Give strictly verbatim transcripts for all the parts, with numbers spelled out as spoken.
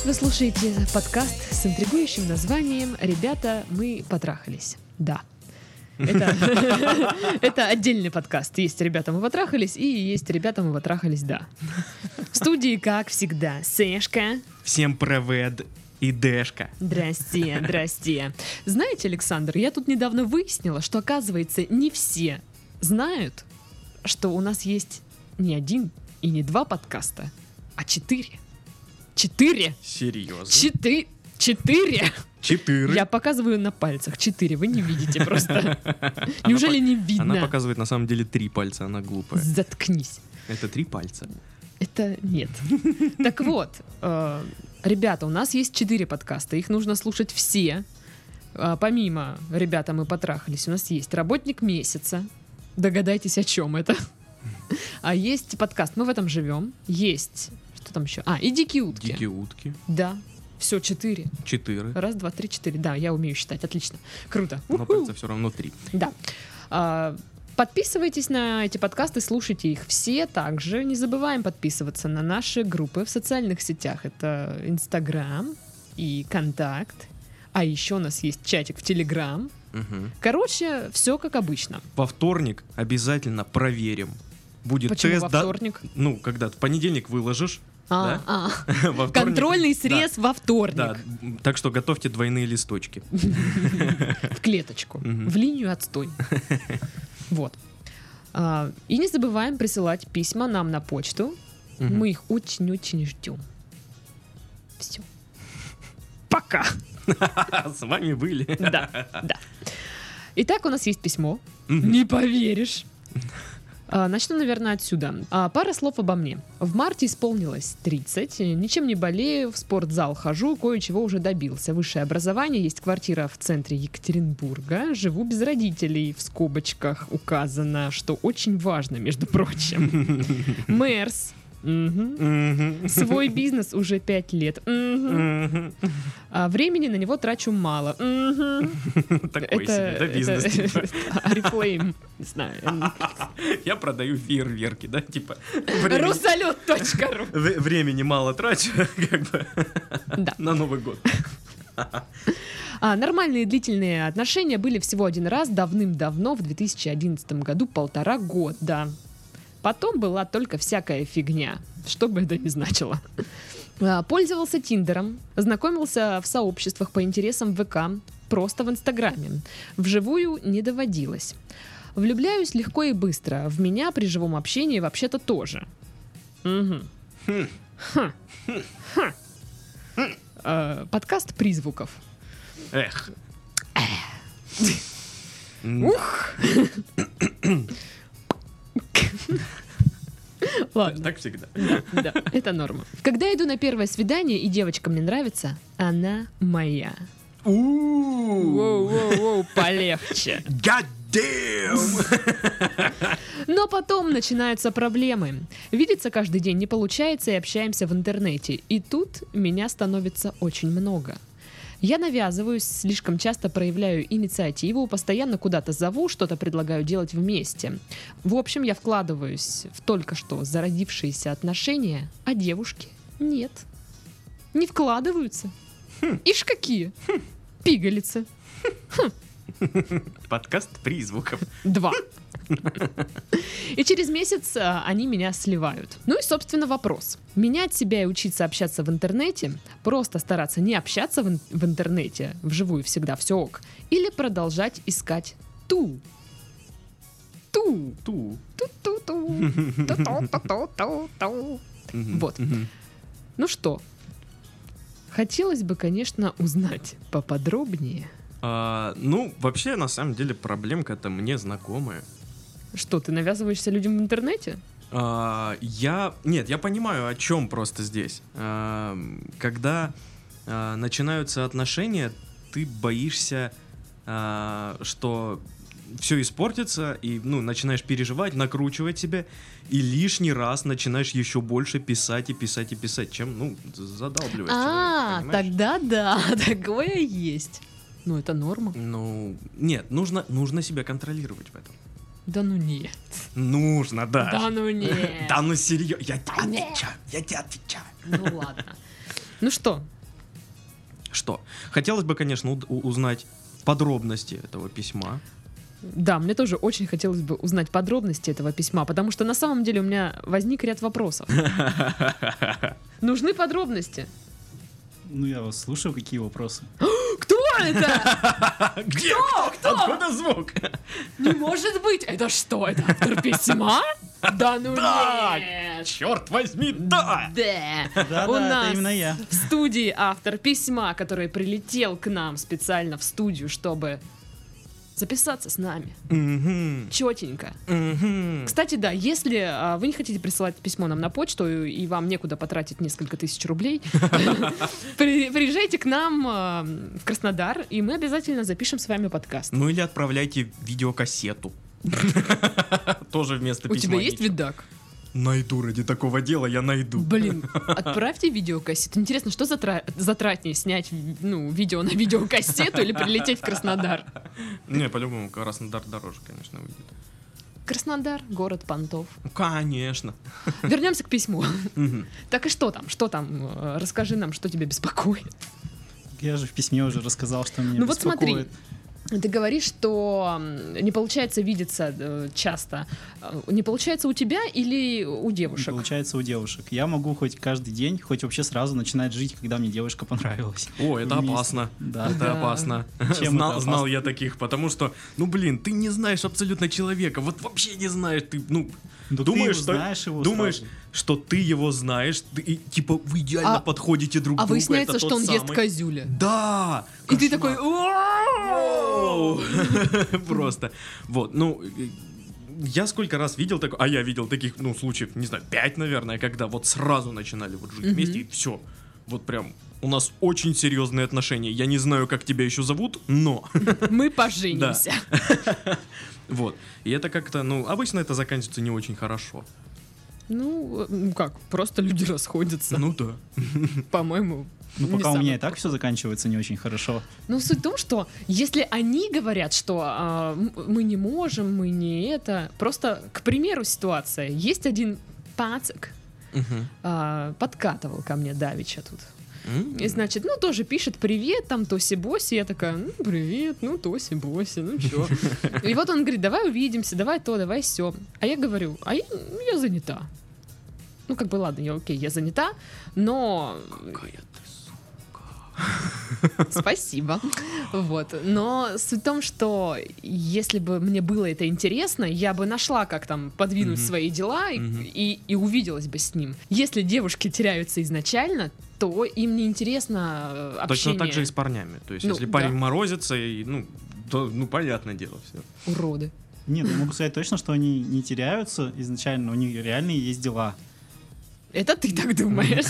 вы слушаете подкаст с интригующим названием «Ребята, мы потрахались». Да. Это, это отдельный подкаст. Есть «Ребята, мы потрахались» и есть «Ребята, мы потрахались», да. В студии, как всегда, Сэшка. Всем привет и Дэшка. Здрасте, здрасте. Знаете, Александр, я тут недавно выяснила, что, оказывается, не все знают, что у нас есть не один и не два подкаста, а четыре. Четыре? Серьезно? Четыре? Четыре? Четыре. Я показываю на пальцах. Четыре. Вы не видите просто. Неужели не видно? Она показывает на самом деле три пальца, она глупая. Заткнись. Это три пальца. Это нет. Так вот, э, ребята, у нас есть четыре подкаста. Их нужно слушать все. Э, помимо «Ребята, мы потрахались», у нас есть «Работник месяца». Догадайтесь, о чем это. А есть подкаст «Мы в этом живем». Есть... Что там еще? А, и «Дикие утки». Дикие утки. Да. Все, четыре. Четыре. Раз, два, три, четыре. Да, я умею считать. Отлично. Круто. Но У-ху. пальца все равно три. Да. А, подписывайтесь на эти подкасты, слушайте их все. Также не забываем подписываться на наши группы в социальных сетях. Это Инстаграм и Контакт. А еще у нас есть чатик в Телеграм. Угу. Короче, все как обычно. Во вторник обязательно проверим. Будет Почему тест. во да- вторник? Ну, когда в понедельник выложишь. А, да? а. Во вторник- Контрольный срез Да. во вторник. Да, так что готовьте двойные листочки. В клеточку. Мгм. В линию отстой. Вот. А, И не забываем присылать письма нам на почту. Мгм. Мы их очень-очень ждем. Все. Пока. С вами были. Да, да. Итак, у нас есть письмо. Мгм. Не поверишь. А, Начну, наверное, отсюда. А, Пара слов обо мне. В марте исполнилось тридцать. Ничем не болею, в спортзал хожу, кое-чего уже добился. Высшее образование, есть квартира в центре Екатеринбурга. Живу без родителей. В скобочках указано, что очень важно, между прочим. Мэрс. Мгм. Мгм. Свой бизнес уже пять лет. Мгм. Мгм. А времени на него трачу мало. Мгм. Такой себе, да, бизнес, типа. Арифлейм, не знаю. Я продаю фейерверки, да, типа. времени- Русалют точка ру. в- Времени мало трачу, как бы, Да. на Новый год. А, нормальные длительные отношения были всего один раз давным-давно, в две тысячи одиннадцатом году, полтора года. Потом была только всякая фигня, что бы это ни значило. А, Пользовался Тиндером, знакомился в сообществах по интересам в ВК, просто в Инстаграме. Вживую не доводилось. Влюбляюсь легко и быстро. В меня при живом общении вообще-то тоже. Мгм. Ха. Ха. А, Подкаст призвуков. Эх. Ух! Ладно. Так всегда. Да, это норма. Когда иду на первое свидание, и девочка мне нравится, она моя. Воу-воу-воу, полегче. God damn! Но потом начинаются проблемы. Видеться каждый день не получается, и общаемся в интернете. И тут меня становится очень много. Я навязываюсь, слишком часто проявляю инициативу, постоянно куда-то зову, что-то предлагаю делать вместе. В общем, я вкладываюсь в только что зародившиеся отношения, а девушки нет. Не вкладываются. Ишь какие. Пигалицы. Подкаст призвуков. Два. И через месяц а, они меня сливают. Ну и, собственно, вопрос. Менять себя и учиться общаться в интернете, просто стараться не общаться в, ин- в интернете, вживую всегда все ок, или продолжать искать ту. Ту. Ту. Ту-ту-ту. Ту-ту-ту-ту-ту. Мгм. Вот. Мгм. Ну что, хотелось бы, конечно, узнать поподробнее. А, ну, вообще, на самом деле, проблемка-то мне знакомая. Что, ты навязываешься людям в интернете? А, я... Нет, я понимаю, о чем просто здесь. А, когда а, начинаются отношения, ты боишься, а, что все испортится, и ну, начинаешь переживать, накручивать себя, и лишний раз начинаешь еще больше писать и писать и писать, чем, ну, задалбливаешь А, человека, понимаешь? тогда да, такое есть. Ну, это норма. Ну, нет, нужно, нужно себя контролировать в этом. Да ну нет. Нужно, да. Да ну нет. Да ну серьезно, я тебе нет. отвечаю, я тебе отвечаю. Ну ладно. Ну что, что? Хотелось бы, конечно, у- узнать подробности этого письма. Да, мне тоже очень хотелось бы узнать подробности этого письма, потому что на самом деле у меня возник ряд вопросов. Нужны подробности. Ну, я вас слушаю, какие вопросы? Кто это? Где? Кто? Откуда звук? Не может быть! Это что, это автор письма? Да ну Да! нет! Черт возьми, да! Да! Да, У да, нас это именно я. в студии автор письма, который прилетел к нам специально в студию, чтобы записаться с нами. Мгм. Четенько. Мгм. Кстати, да, если а, вы не хотите присылать письмо нам на почту и вам некуда потратить несколько тысяч рублей, при- приезжайте к нам а, в Краснодар, и мы обязательно запишем с вами подкаст. Ну или отправляйте видеокассету. Тоже вместо У письма. тебя есть ничего. видак? Найду ради такого дела, я найду. Блин, отправьте видеокассету. Интересно, что затра- затратнее снять ну, видео на видеокассету или прилететь в Краснодар? Не, по-любому Краснодар дороже, конечно, выйдет. Краснодар, город понтов. Ну, конечно. Вернемся к письму. Мгм. Так и что там? Что там? Э, Расскажи нам, что тебя беспокоит. Я же в письме уже рассказал, что меня Ну вот смотри, беспокоит. ты говоришь, что м, не получается видеться э, часто. Э, Не получается у тебя или у девушек? Получается у девушек. Я могу хоть каждый день, хоть вообще сразу начинать жить, когда мне девушка понравилась. О, это Вместе. опасно. Да. Это Да. опасно. Чем знал, это знал опасно? я таких, потому что, ну блин, ты не знаешь абсолютно человека, вот вообще не знаешь, ты, ну, Да думаешь, ты что, знаешь его думаешь, сразу. что ты его знаешь, ты, и, типа вы идеально А- подходите друг А другу. выясняется, это что тот он ест самый. козюля. Да! И ты кошмар. такой... «О-о-о!» Воу. Просто. Вот, ну, я сколько раз видел такое, а я видел таких, ну, случаев, не знаю, пять, наверное, когда вот сразу начинали вот жить Мгм. вместе, и все. Вот прям у нас очень серьезные отношения. Я не знаю, как тебя еще зовут, но Мы поженимся. вот. И это как-то, ну, обычно это заканчивается не очень хорошо. Ну, э, ну как, просто люди расходятся. Ну да. По-моему, Ну, не пока у самое меня и так все заканчивается не очень хорошо. Ну, суть в том, что если они говорят, что а, м- мы не можем, мы не это... Просто, к примеру, ситуация. Есть один пацик, Мгм. а, подкатывал ко мне давеча тут. М. И, значит, ну, тоже пишет «Привет», там, Тоси-Боси. Я такая, ну, привет, ну, Тоси-Боси, ну, чё. И вот он говорит, давай увидимся, давай то, давай сё. А я говорю, а я, ну, я занята. Ну, как бы, ладно, я окей, я занята, но... Какая ты Спасибо. Вот. Но суть в том, что если бы мне было это интересно, я бы нашла, как там подвинуть Мгм. свои дела и, Мгм. и, и увиделась бы с ним. Если девушки теряются изначально, то им не интересно э, общение. Точно так же и с парнями. То есть, Ну, если да. парень морозится, и, ну, то, ну, понятное дело, все. Уроды. Нет, я могу сказать точно, что они не теряются изначально, у них реально есть дела. Это ты так думаешь?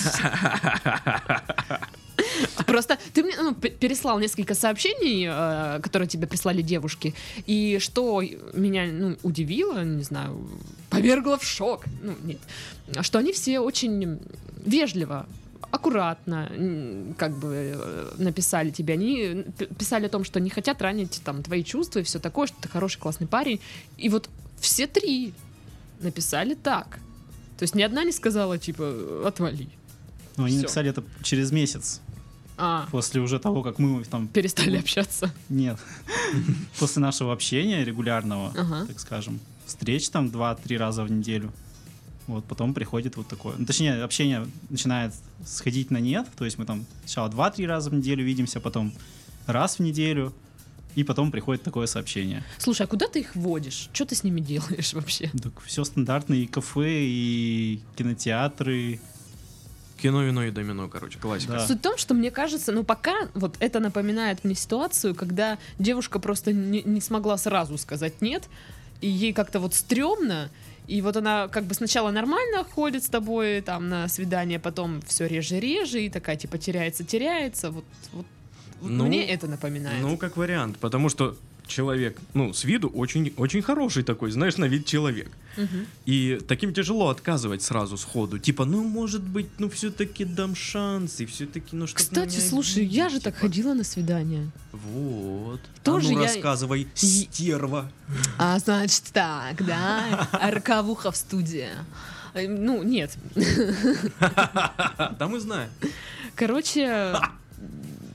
Просто ты мне ну, п- переслал несколько сообщений, э, которые тебе прислали девушки, и что меня ну, удивило, не знаю, повергло в шок, ну нет, что они все очень вежливо, аккуратно, м, как бы э, написали тебе. Они п- писали о том, что не хотят ранить там твои чувства и все такое, что ты хороший, классный парень. И вот все три написали так. То есть ни одна не сказала, типа, отвали. Но они Всё. написали это через месяц, А, после уже того, как мы там... перестали общаться. Нет. После нашего общения регулярного, Ага. так скажем, встреч там два-три раза в неделю. Вот потом приходит вот такое. Ну, точнее, общение начинает сходить на нет. То есть мы там сначала два-три раза в неделю видимся, потом раз в неделю. И потом приходит такое сообщение. Слушай, а куда ты их водишь? Что ты с ними делаешь вообще? Так все стандартно, и кафе, и кинотеатры. Кино, вино и домино, короче, классика. Да. Суть в том, что мне кажется, ну пока вот это напоминает мне ситуацию, когда девушка просто не, не смогла сразу сказать нет, и ей как-то вот стрёмно, и вот она как бы сначала нормально ходит с тобой там на свидание, потом все реже-реже, и такая типа теряется-теряется, вот, вот, вот Ну, мне это напоминает. Ну, как вариант, потому что человек, ну, с виду очень, очень хороший такой, знаешь, на вид человек. Мгм. И таким тяжело отказывать сразу сходу. Типа, ну, может быть, ну, все-таки дам шанс, и все-таки, ну, что Кстати, слушай, я же так ходила на свидание. Вот. Тоже а ну, я- рассказывай, И- стерва. А значит так, да? Роковуха в студии. Э, Ну, нет. Да мы знаем. Короче,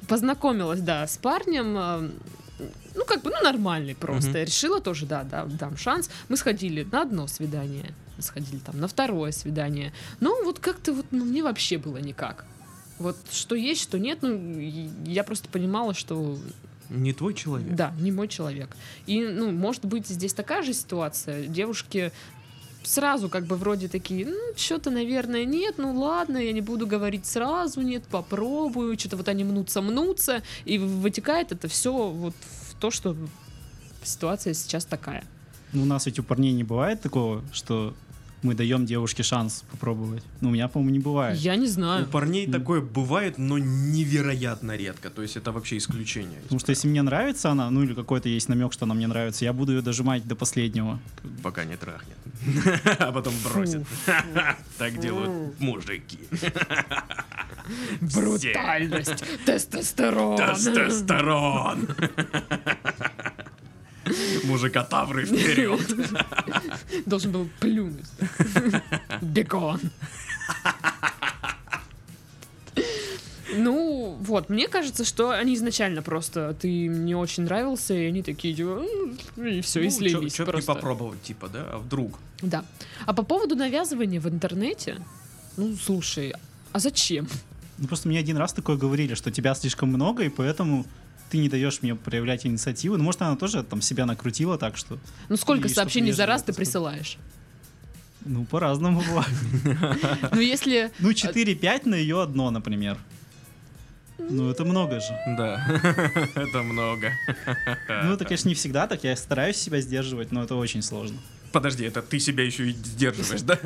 познакомилась, да, с парнем, э, ну, как бы, ну, нормальный просто. Мгм. Я решила тоже, да, да, дам шанс. Мы сходили на одно свидание, мы сходили там на второе свидание. Ну, вот как-то вот, ну, мне вообще было никак. Вот что есть, что нет, ну, и я просто понимала, что, Не твой человек. да, не мой человек. И, ну, может быть, здесь такая же ситуация. Девушки сразу как бы вроде такие, ну, что-то, наверное, нет, ну, ладно, я не буду говорить сразу, нет, попробую. Что-то вот они мнутся-мнутся, и вытекает это все вот в то, что ситуация сейчас такая. Ну, у нас ведь у парней не бывает такого, что мы даем девушке шанс попробовать. Ну, у меня, по-моему, не бывает. Я не У знаю. парней М. такое бывает, но невероятно редко. То есть это вообще исключение. Потому что если мне нравится она, ну или какой-то есть намек, что она мне нравится, я буду ее дожимать до последнего. Пока не трахнет. А потом бросит. Так делают мужики. Брутальность, тестостерон. Тестостерон. Мужика тавры вперед. Должен был плюнуть. Бекон. Ну, вот, мне кажется, что они изначально просто, ты им не очень нравился, и они такие, типа, «М», и все, и слились Что не просто. попробовать, типа, да? А вдруг? Да. А по поводу навязывания в интернете, ну, слушай, а зачем? Ну, просто мне один раз такое говорили, что тебя слишком много, и поэтому ты не даешь мне проявлять инициативу. Ну, может, она тоже там себя накрутила так, что... Ну, сколько И чтоб сообщений за вежливо раз ты поступить. присылаешь? Ну, по-разному бывает. Ну, если... Ну, четыре-пять на ее одно, например. Ну, это много же. Да, это много. Ну, это, конечно, не всегда так. Я стараюсь себя сдерживать, но это очень сложно. Подожди, это ты себя еще и сдерживаешь, да?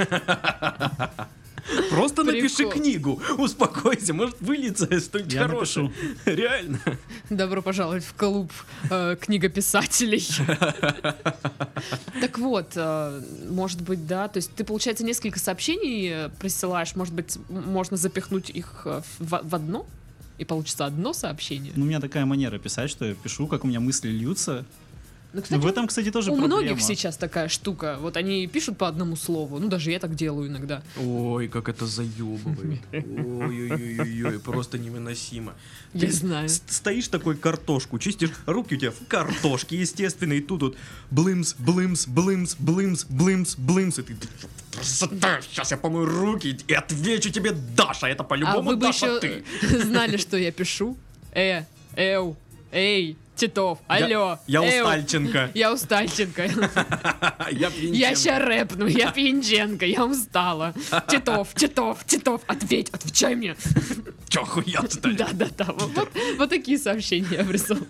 Просто напиши Прикол. книгу, успокойся, может выльется что-нибудь Я хорошее. Реально. Добро пожаловать в клуб э, книгописателей. Так вот, э, может быть, да, то есть ты, получается, несколько сообщений э, присылаешь, может быть, м- можно запихнуть их э, в, в одно, и получится одно сообщение. Ну, у меня такая манера писать, что я пишу, как у меня мысли льются. Ну, Ну, кстати, в этом, кстати, тоже у проблема. многих сейчас такая штука. Вот они пишут по одному слову. Ну, даже я так делаю иногда. Ой, как это заебывает. Ой-ой-ой-ой, просто невыносимо. Я Ты знаю. с- Стоишь такой картошку, чистишь, руки у тебя в картошке, естественно, и тут вот блымс, блымс, блымс, блымс, блымс, блымс, и ты сейчас я помою руки и отвечу тебе, Даша, это А по-любому вы бы Даша еще ты. знали, что я пишу? Э, эу, эй, Титов, Я- алло. Я эу. Устальченко. Я Устальченко. Я Я Пьянченко. ща рэпну, я Пьянченко, я устала. Титов, Титов, Титов, ответь, отвечай мне. Чё хуя что ли? Да-да-да, вот, вот- вот такие сообщения я присылаю.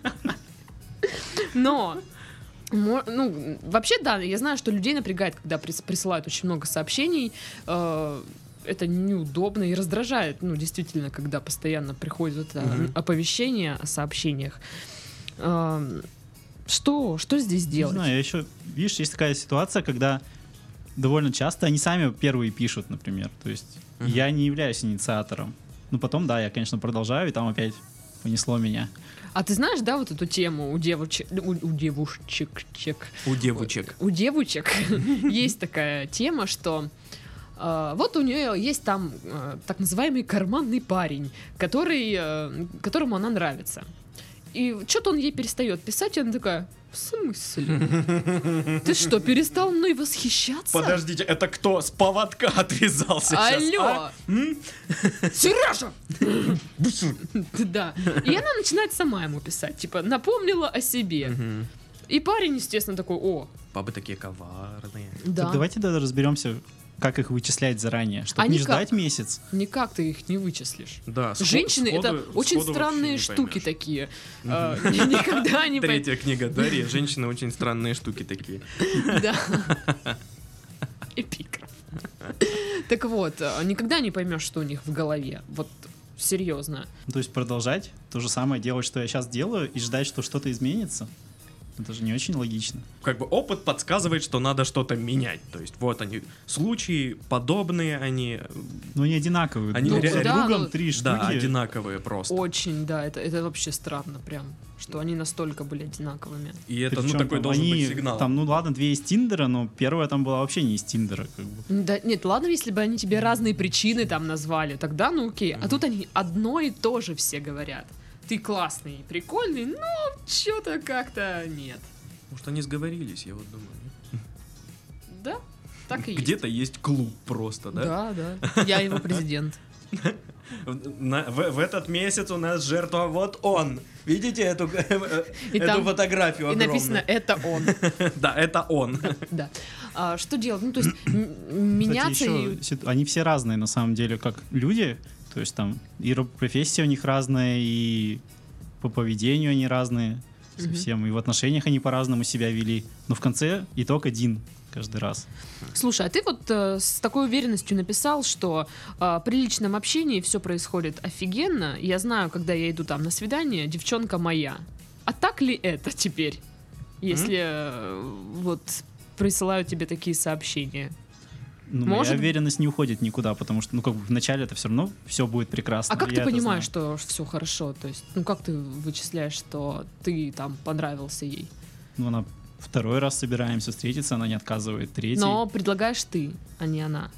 Но, мо- ну, вообще, да, я знаю, что людей напрягает, когда прис- присылают очень много сообщений. Э, Это неудобно и раздражает, ну, действительно, когда постоянно приходит это Мгм. оповещение о сообщениях. Эм, Что? Что здесь Не делать? знаю, я еще... Видишь, есть такая ситуация, когда довольно часто они сами первые пишут, например. То есть Мгм. я не являюсь инициатором. Ну, потом, да, я, конечно, продолжаю, и там опять понесло меня. А ты знаешь, да, вот эту тему у девочек, у, у девушечек, чек, У девочек. у девочек есть такая тема, что э, вот у нее есть там э, так называемый карманный парень, который, э, которому она нравится. И что-то он ей перестает писать, и она такая: в смысле? Ты что, перестал мной восхищаться? Подождите, это кто с поводка отвязался сейчас? Алло! а? М? Сережа! Да. И она начинает сама ему писать, типа, напомнила о себе. Мгм. И парень, естественно, такой: о, Бабы такие коварные. да. Так давайте тогда разберемся, как их вычислять заранее, чтобы А не никак. ждать месяц. Никак ты их не вычислишь. Да, схо- Женщины сходу- это очень сходу странные вообще не штуки поймешь. такие. А, ни- Никогда не поймешь. Третья книга Дарьи. Женщины очень странные штуки такие. Да. Эпиграф. Так вот, а, никогда не поймешь, что у них в голове. Вот серьезно. Ну, то есть продолжать то же самое делать, что я сейчас делаю, и ждать, что что-то изменится. Это же не очень логично. Как бы опыт подсказывает, что надо что-то менять. То есть вот они, случаи подобные, они, Но они одинаковые. Они друг ре- за да, другом ну, три штуки. да, одинаковые просто. Очень, да, это, это вообще странно прям, что они настолько были одинаковыми. И это, ну, Причем такой там должен они, быть сигнал. Там, ну ладно, две из Тиндера, но первая там была вообще не из Тиндера. Как бы. Да, нет, ладно, если бы они тебе разные причины там назвали, тогда ну окей. А тут они одно и то же все говорят. ты классный, прикольный, но что-то как-то нет. Может, они сговорились, я вот думаю. Да, так и есть. Где-то есть клуб просто, да? Да, да. Я его президент. На, в, в этот месяц у нас жертва вот он. Видите эту, И эту там- фотографию И огромную? написано «это он». Да, это он. Да. А, что делать? Ну, то есть м- Кстати, меняться еще и... сит- они все разные на самом деле, как люди. То есть там и раб- профессия у них разная, и по поведению они разные Мгм. совсем, и в отношениях они по-разному себя вели. Но в конце итог один каждый раз. Слушай, а ты вот э, с такой уверенностью написал, что э, при личном общении все происходит офигенно. Я знаю, когда я иду там на свидание, девчонка моя. А так ли это теперь, если э, вот присылают тебе такие сообщения? Ну, Может- моя уверенность не уходит никуда, потому что, ну, как бы вначале это все равно все будет прекрасно. А как я ты это понимаешь, знаю. что все хорошо? То есть, ну как ты вычисляешь, что ты там понравился ей? Ну, она второй раз собираемся встретиться, она не отказывает, третий. Но предлагаешь ты, а не она.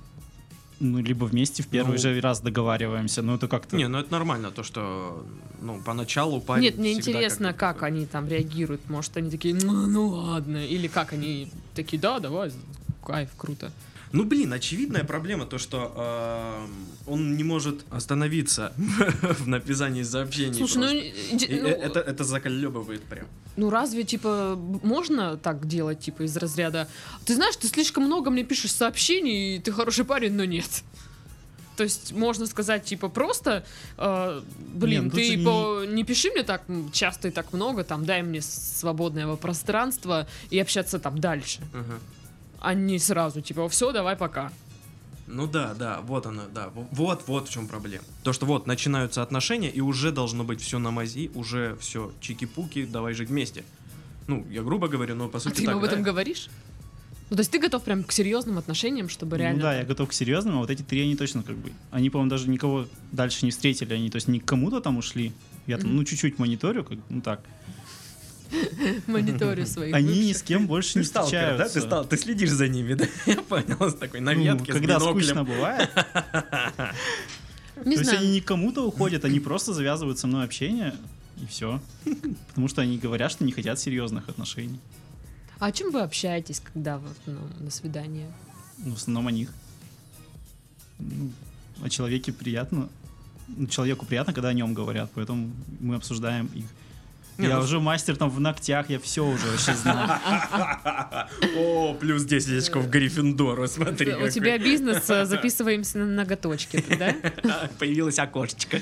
Ну, либо вместе в первый Ну. же раз договариваемся, ну, это как-то... Не, ну это нормально, то, что ну, поначалу парень Нет, мне всегда интересно, как бы как такой. они там реагируют. Может, они такие, ну, ну ладно. Или как они такие, да, давай, кайф, круто. Ну, блин, очевидная проблема то, что э, он не может остановиться в написании сообщений. Слушай, ну, просто. иди- И ну, э- это, это заколебывает прям. ну разве, типа, б- можно так делать, типа, из разряда ты знаешь, ты слишком много мне пишешь сообщений, и ты хороший парень, но нет. То есть можно сказать, типа, просто, э, блин, Не, ну тут ты же по- не пиши мне так часто и так много, там, дай мне свободное пространство и общаться там дальше. Ага. А не сразу, типа, все, давай, пока. Ну да, да, вот оно, да. в- Вот, вот в чем проблема. То, что вот начинаются отношения, и уже должно быть все на мази, уже все чики-пуки, давай жить вместе. Ну, я грубо говорю, но по А сути ты им так, об этом да? говоришь? Ну, то есть ты готов прям к серьезным отношениям, чтобы реально... Ну да, я готов к серьезному, а вот эти три, они точно как бы... Они, по-моему, даже никого дальше не встретили, они, то есть, не к кому-то там ушли. Я там, Мгм. ну, чуть-чуть мониторю, как, ну так. мониторю своих Они ни бывших. с кем больше не Ты сталкер, да? встречаются. Ты, стал, ты следишь за ними, да? Я понял, с такой на Ну, ветке, с когда биноклем. скучно бывает. Не То есть знаю. они не к кому-то уходят, они просто завязывают со мной общение, и все. Потому что они говорят, что не хотят серьезных отношений. А о чем вы общаетесь, когда вот, ну, на свидание? Ну, в основном о них. Ну, о человеке приятно. Ну, человеку приятно, когда о нем говорят, поэтому мы обсуждаем их. Не, я ну, уже мастер там в ногтях, я все уже вообще знаю. О, плюс десять очков Гриффиндору, смотри. У какой. тебя бизнес, э, записываемся на ноготочки, да? Появилось окошечко.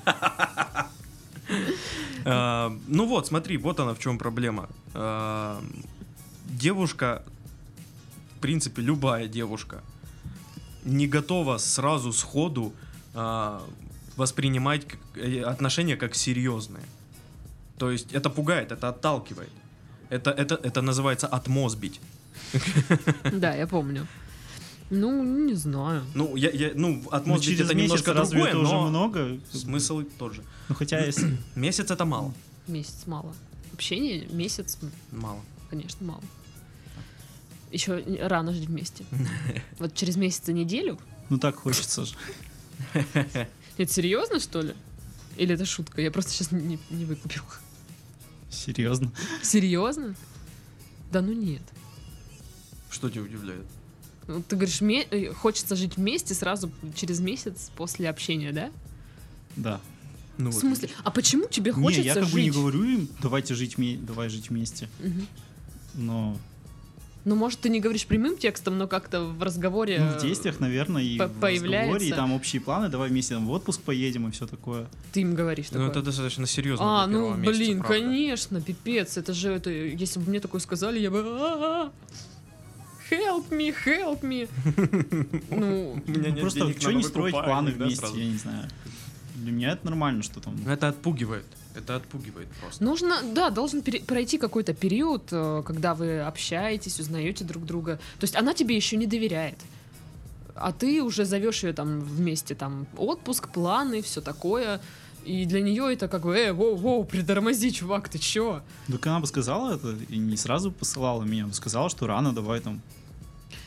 А, Ну вот, смотри, вот она в чем проблема. А, Девушка, в принципе, любая девушка, не готова сразу сходу а, воспринимать как- э, отношения как серьезные. То есть это пугает, это отталкивает. Это, это, это называется отмозбить. Да, я помню. Ну, не знаю. Ну, я, я, ну Ну, отмозбить через это месяц немножко разве другое, это уже но много? смысл тот же. Ну, хотя если... Месяц это мало. Месяц мало. Общение месяц, м, Мало. конечно, мало. Еще рано жить вместе. Вот через месяц и неделю? Ну, так хочется же. Это серьезно, что ли? Или это шутка? Я просто сейчас не, не выкупила. Серьезно. Серьезно? Да ну нет. Что тебя удивляет? Ну, ты говоришь, ме- э, хочется жить вместе сразу через месяц после общения, да? Да. Ну, В вот смысле? видишь. А почему тебе Не, хочется я как жить? бы не говорю им, давайте жить, вме- давай жить вместе. Мгм. Но Ну, может, ты не говоришь прямым текстом, но как-то в разговоре... ну, в действиях, наверное, и по- в появляется. разговоре, и там общие планы, давай вместе там, в отпуск поедем и все такое. Ты им говоришь Ну, такое. это достаточно серьезно. А, для ну, первого месяца, блин, правда. конечно, пипец. Это же, это, если бы мне такое сказали, я бы... «А-а-а! Help me, help me. Ну, У меня Ну, нет просто денег что на не новый строить купальник, планы да, вместе, сразу? я не знаю. Для меня это нормально, что там. Это отпугивает. Это отпугивает просто. нужно, да, должен пере- пройти какой-то период, э, когда вы общаетесь, узнаете друг друга. То есть она тебе еще не доверяет. А ты уже зовешь ее там вместе, там, отпуск, планы, все такое. И для нее это как бы, э, воу, воу, притормози, чувак, ты чё? Так она бы сказала это и не сразу посылала меня, бы сказала, что рано, давай там.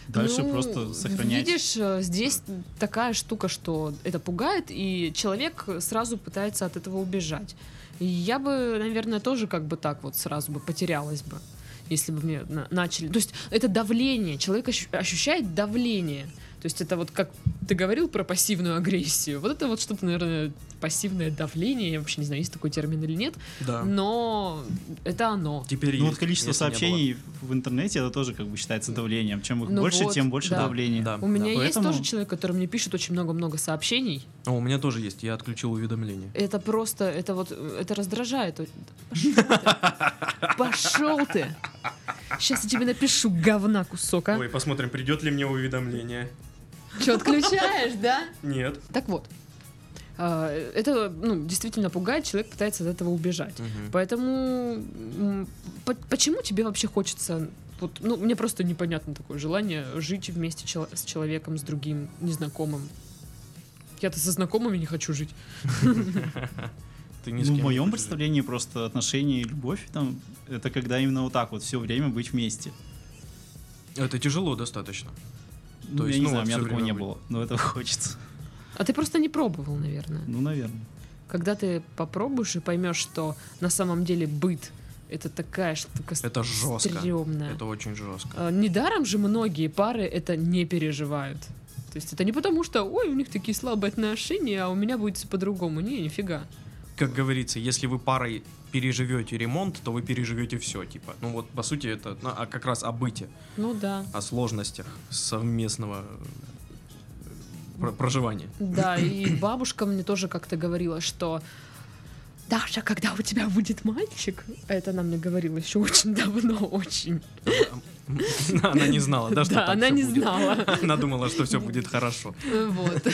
Дальше Ну, просто сохранять. Видишь, э, здесь такая штука, что это пугает, и человек сразу пытается от этого убежать. И я бы, наверное, тоже как бы так вот сразу бы потерялась бы, если бы мне на- начали... То есть это давление, человек ощу- ощущает давление. То есть это вот как ты говорил про пассивную агрессию. Вот это вот что-то, наверное, пассивное давление. Я вообще не знаю, есть такой термин или нет. Да. Но это оно. Теперь Ну вот есть, количество если не было. сообщений в интернете, это тоже как бы считается давлением. Чем их Ну больше, вот, тем больше да. давления. Да. У меня есть Поэтому- тоже человек, который мне пишет очень много-много сообщений. А, у меня тоже есть, я отключил уведомления. Это просто, это вот, это раздражает. Пошел ты. Пошел ты. Сейчас я тебе напишу, говна кусок, а. Ой, посмотрим, придет ли мне уведомление. Че, отключаешь, да? Нет. Так вот. а, Это, ну, действительно пугает, человек пытается от этого убежать. Мгм. Поэтому м, по- почему тебе вообще хочется... Вот, ну, мне просто непонятно такое желание жить вместе чело- с человеком, с другим, незнакомым. Я-то со знакомыми не хочу жить. Ты ни с Ну, в кем не моем хочешь представлении просто отношения и любовь там это когда именно вот так вот все время быть вместе. жить. Это тяжело достаточно. Ну, То я есть, не ну, знаю, вот у меня всё такого время не быть. было, но этого хочется. А ты просто не пробовал, наверное. Ну, наверное. Когда ты попробуешь и поймешь, что на самом деле быт — это такая штука Это жестко. стрёмная. Это очень жестко. А, Недаром же многие пары это не переживают. То есть это не потому, что ой, у них такие слабые отношения, а у меня будет всё по-другому. Не, нифига. Как говорится, если вы парой переживете ремонт, то вы переживете все, типа. Ну вот, по сути, это ну, а как раз о быте, Ну да. о сложностях совместного э, про- проживания. Да, и бабушка мне тоже как-то говорила, что Даша, когда у тебя будет мальчик, это она мне говорила еще очень давно, очень. Она не знала, да, что Да, так она всё не будет? знала. Она думала, что все будет хорошо. Вот.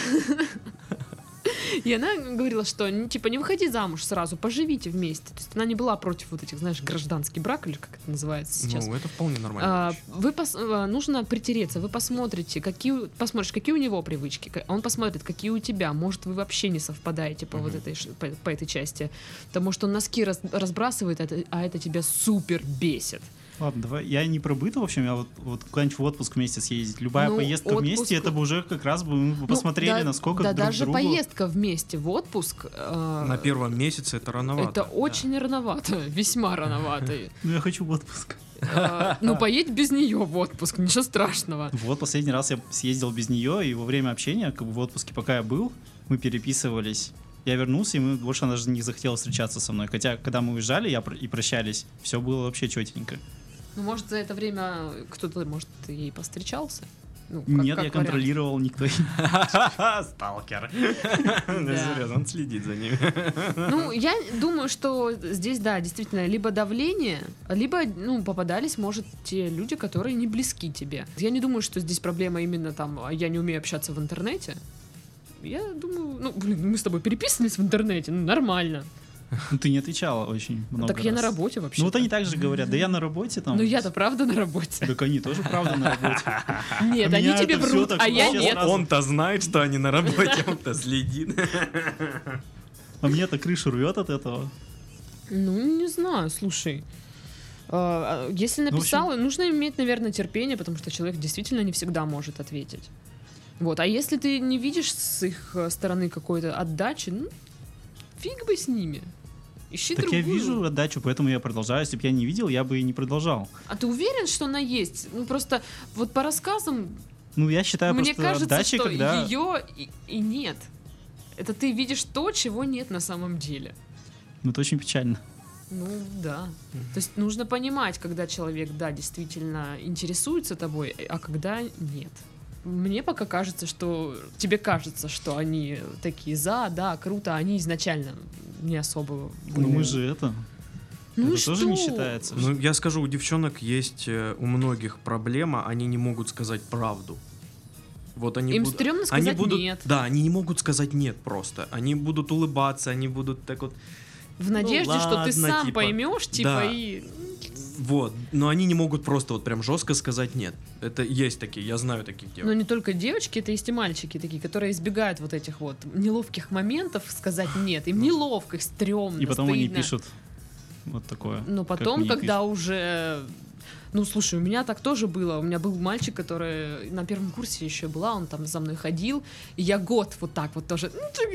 И она говорила, что ну, типа не выходи замуж сразу, поживите вместе. То есть она не была против вот этих, знаешь, гражданский брак, или как это называется сейчас. Ну, это вполне нормально. А, вы пос- а, нужно притереться, вы посмотрите, какие, у- посмотришь, какие у него привычки, ка- он посмотрит, какие у тебя. Может, вы вообще не совпадаете по вот Мгм. этой ш- по, по этой части, потому что он носки раз- разбрасывает, а это- а это тебя супер бесит. Ладно, давай. Я не про быт, в общем, я вот, вот куда-нибудь в отпуск вместе съездить. Любая Ну, поездка отпуск- вместе, это бы уже как раз бы мы бы посмотрели, Ну, да, насколько да, друг даже другу... поездка вместе в отпуск. э, На первом месяце это рановато. Это да. очень рановато, весьма рановато. Ну, я хочу в отпуск. Э, Ну, поедь без нее в отпуск, ничего страшного. Вот последний раз я съездил без нее, и во время общения, как бы в отпуске, пока я был, мы переписывались. Я вернулся, и мы, больше она даже не захотела встречаться со мной. Хотя, когда мы уезжали я пр- и прощались, все было вообще четенько. Ну, может, за это время кто-то, может, ей постречался? Ну, как- Нет, как я вариант. контролировал, никто... Сталкер. Да. Серьезно, он следит за ними. Ну, я думаю, что здесь, да, действительно, либо давление, либо, ну, попадались, может, те люди, которые не близки тебе. Я не думаю, что здесь проблема именно там, а я не умею общаться в интернете. Я думаю, ну, блин, мы с тобой переписывались в интернете, ну, нормально. Ну, ты не отвечала очень много так я на раз. работе вообще. Ну, вот они так же говорят, да я на работе там... Ну, я-то правда на работе. Так они тоже правда на работе. Нет, А они меня тебе это всё врут, так а я вообще нет. сразу- Он-то знает, что они на работе, он-то следит. А мне-то крышу рвет от этого. Ну, не знаю, слушай. А, а, Если Ну, в написал, нужно иметь, наверное, терпение, потому что человек действительно не всегда может ответить. Вот. А если ты не видишь с их э, стороны какой-то отдачи, ну, фиг бы с ними. Ищи Так я другую. вижу отдачу, поэтому я продолжаю. Если бы я не видел, я бы и не продолжал. А ты уверен, что она есть? Ну, просто вот по рассказам Ну, я считаю мне просто кажется, отдачей, что когда... ее и, и нет. Это ты видишь то, чего нет на самом деле. Ну, это очень печально. Ну да. То есть нужно понимать, когда человек, да, действительно интересуется тобой, а когда нет. Мне пока кажется, что тебе кажется, что они такие за, да, круто, а они изначально не особо были. Ну, мы же это... Ну и это тоже не что? считается. Ну, я скажу, у девчонок есть э, у многих проблема, они не могут сказать правду. Вот они Им будут- стрёмно сказать они будут, нет. Да, они не могут сказать нет просто. Они будут улыбаться, они будут так вот, В надежде, что ты ладно, сам типа, поймешь, типа, да. и... вот. Но они не могут просто вот прям жестко сказать нет. Это есть такие, я знаю таких Но девушек. не только девочки, это есть и мальчики такие, которые избегают вот этих вот неловких моментов сказать нет. Им неловко, их стрёмно, И потом они стыдно. пишут вот такое. Но как потом, мне когда уже Ну, слушай, у меня так тоже было. У меня был мальчик, который на первом курсе еще была, он там за мной ходил, и я год вот так вот тоже,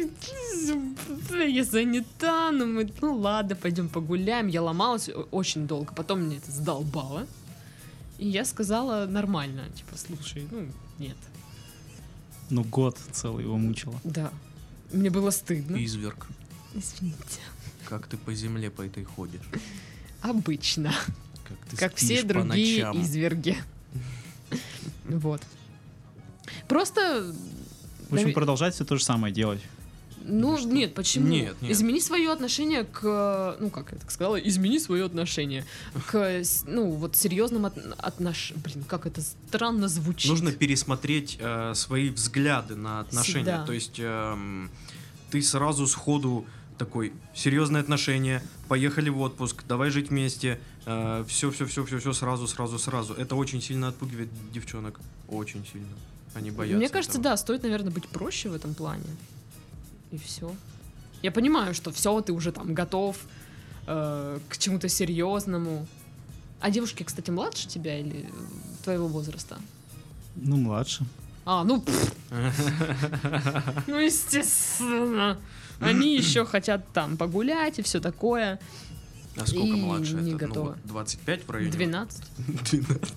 я занята, ну, мы, ну ладно, пойдем погуляем. Я ломалась очень долго, потом мне это задолбало, и я сказала нормально, типа, слушай, ну, нет. Ну, год целый его мучило. Да, мне было стыдно. Изверг. Извините. Как ты по земле по этой ходишь? Обычно. Как, ты Как спишь все по другие ночам? изверги. Вот. Просто... В общем, наве- продолжать все то же самое делать. Ну, Или что? нет, почему? Нет, нет. Измени свое отношение к... Ну, как я так сказала? Измени свое отношение к, с- ну, вот серьезным отношениям. Блин, как это странно звучит. Нужно пересмотреть э, свои взгляды на отношения. Всегда. То есть эм, ты сразу сходу такой, серьезные отношения, поехали в отпуск, давай жить вместе, все, все, все, все, все сразу, сразу, сразу. Это очень сильно отпугивает девчонок, очень сильно. Они боятся. Мне кажется, этого. да, стоит, наверное, быть проще в этом плане. И все. Я понимаю, что все, ты уже там готов э, к чему-то серьезному. А девушки, кстати, младше тебя или твоего возраста? Ну, младше. А, ну, пф. Ну, естественно. Они еще хотят там погулять и все такое. А сколько И младше? не Это, готова. ну, вот двадцать пять в районе? двенадцать. двенадцать.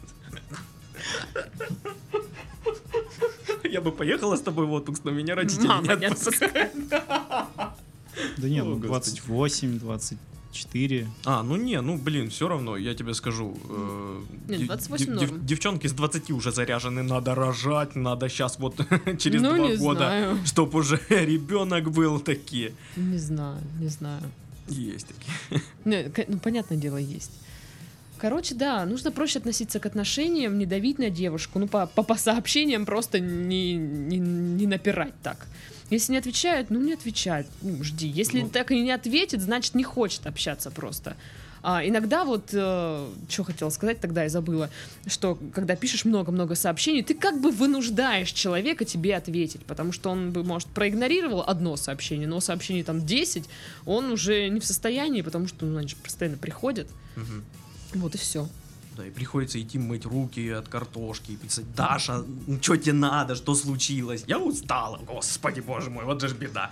Я бы поехала с тобой в отпуск, но меня родители Мама не не отпускают. Да нет, О, ну, Господи. двадцать восемь, двадцать четыре. А, ну не, ну блин, все равно, я тебе скажу. э, Нет, дев- двадцать восемь дев- норм. Девчонки с двадцати уже заряжены, надо рожать, надо сейчас вот через Ну, два не года, знаю. чтоб уже ребенок был такие. Не знаю, не знаю. Есть такие. Не, к- ну, понятное дело, есть. Короче, да, нужно проще относиться к отношениям, не давить на девушку, ну, по, по, по сообщениям просто не, не, не напирать так. Если не отвечают, ну, не отвечают, ну, жди. Если Ну. так и не ответит, значит, не хочет общаться просто. А, иногда вот, э, что хотела сказать, тогда я забыла, что когда пишешь много-много сообщений, ты как бы вынуждаешь человека тебе ответить, потому что он бы, может, проигнорировал одно сообщение, но сообщений там десять, он уже не в состоянии, потому что, ну, они же постоянно приходят. Мгм. Вот и все. Да, и приходится идти мыть руки от картошки и писать: Даша, ну что тебе надо, что случилось? Я устала, господи боже мой, вот же ж беда.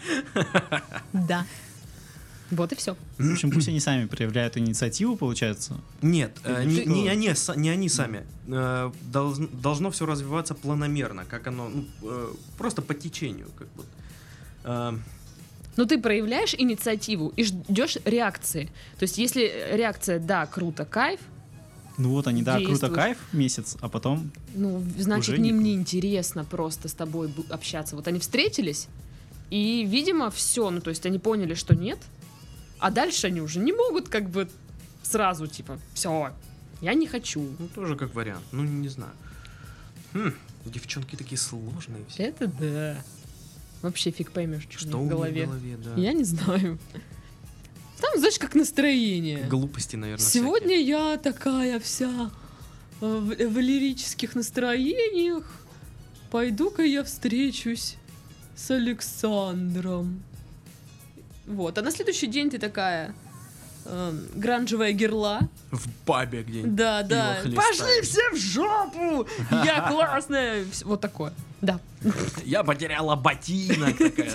Да. Вот и все. В общем, пусть они сами проявляют инициативу, получается. Нет, э, не, Ты- не они, са- не они сами. Э, должн- должно все развиваться планомерно, как оно, ну, э, просто по течению, как вот. Э, Но ты проявляешь инициативу и ждешь реакции. То есть, если реакция «да, круто, кайф», Ну вот они, да, круто, Действуешь. кайф, месяц, а потом... ну, значит, Уже не им круто. неинтересно просто с тобой бу- общаться. Вот они встретились, и, видимо, все. Ну, то есть, они поняли, что нет, а дальше они уже не могут как бы сразу, типа, все, я не хочу. ну, тоже как вариант, ну, не знаю. Хм, девчонки такие сложные все. Это да. Вообще фиг поймешь, что, Что у у них в них голове. в голове, да. Я не знаю. Там, знаешь, как настроение. Глупости, наверное, Сегодня я такая вся э, в, в лирических настроениях. Пойду-ка я встречусь с Александром. Вот. А на следующий день ты такая э, гранжевая герла. В пабе где-нибудь. Да, пиво да. хлестаешь. Пошли все в жопу! Я классная! Вс- Вот такое. Да. Я потеряла ботинок такая,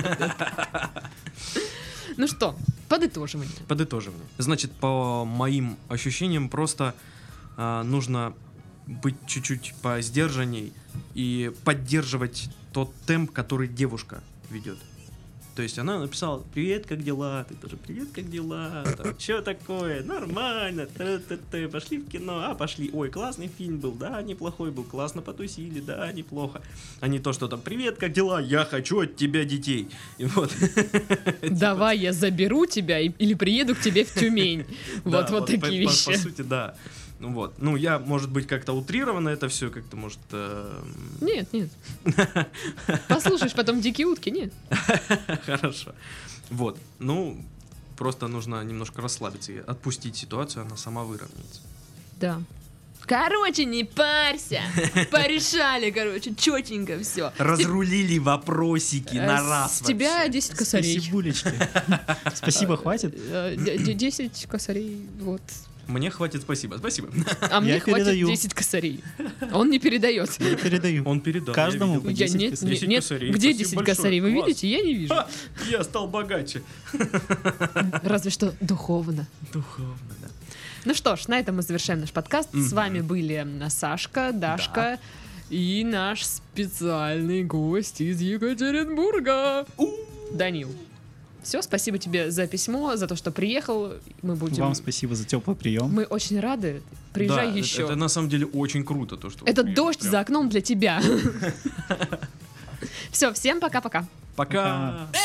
да? Ну что, подытоживание. Подытоживание. Значит, по моим ощущениям, просто а, нужно быть чуть-чуть посдержанней и поддерживать тот темп, который девушка ведет. То есть она написала: привет, как дела? Ты тоже: привет, как дела? Что такое? Нормально. Та-та-та. Пошли в кино. А, пошли. Ой, классный фильм был. Да, неплохой был. Классно потусили. Да, неплохо. А не то, что там: привет, как дела? Я хочу от тебя детей. И вот. Давай я заберу тебя и- или приеду к тебе в Тюмень. Да, Вот, вот по- такие по- вещи. По сути, да. Ну вот. Ну, я, может быть, как-то утрированно это все, как-то, может... э, Нет, нет. Послушаешь потом «Дикие утки», нет? Хорошо. Вот. Ну, просто нужно немножко расслабиться и отпустить ситуацию, она сама выровняется. Да. Короче, не парься. Порешали, короче, четенько все. Разрулили вопросики на раз С тебя вообще. десять косарей. Спасибулечки. Спасибо, хватит. Э, д- д- десять косарей, вот. Мне хватит спасибо. Спасибо. А мне Я хватит передаю. десять косарей. Он не передает. Я передаю. Он передал. Каждому я по видел. Я, десять нет, косарей. нет, десять нет. косарей. Где Спасибо десять большое. косарей? Вы Класс. видите? Я не вижу. Ха, я стал богаче. Разве что духовно. Духовно, да. Ну что ж, на этом мы завершаем наш подкаст. С Мгм. вами были Сашка, Дашка и наш специальный гость из Екатеринбурга. Данил. Все, спасибо тебе за письмо, за то, что приехал. Мы будем... Вам спасибо за теплый прием. Мы очень рады. Приезжай Да, еще. Это, это на самом деле очень круто, то, что... вы Это приехали. дождь Прям. за окном для тебя. Все, всем пока-пока. Пока. Пока.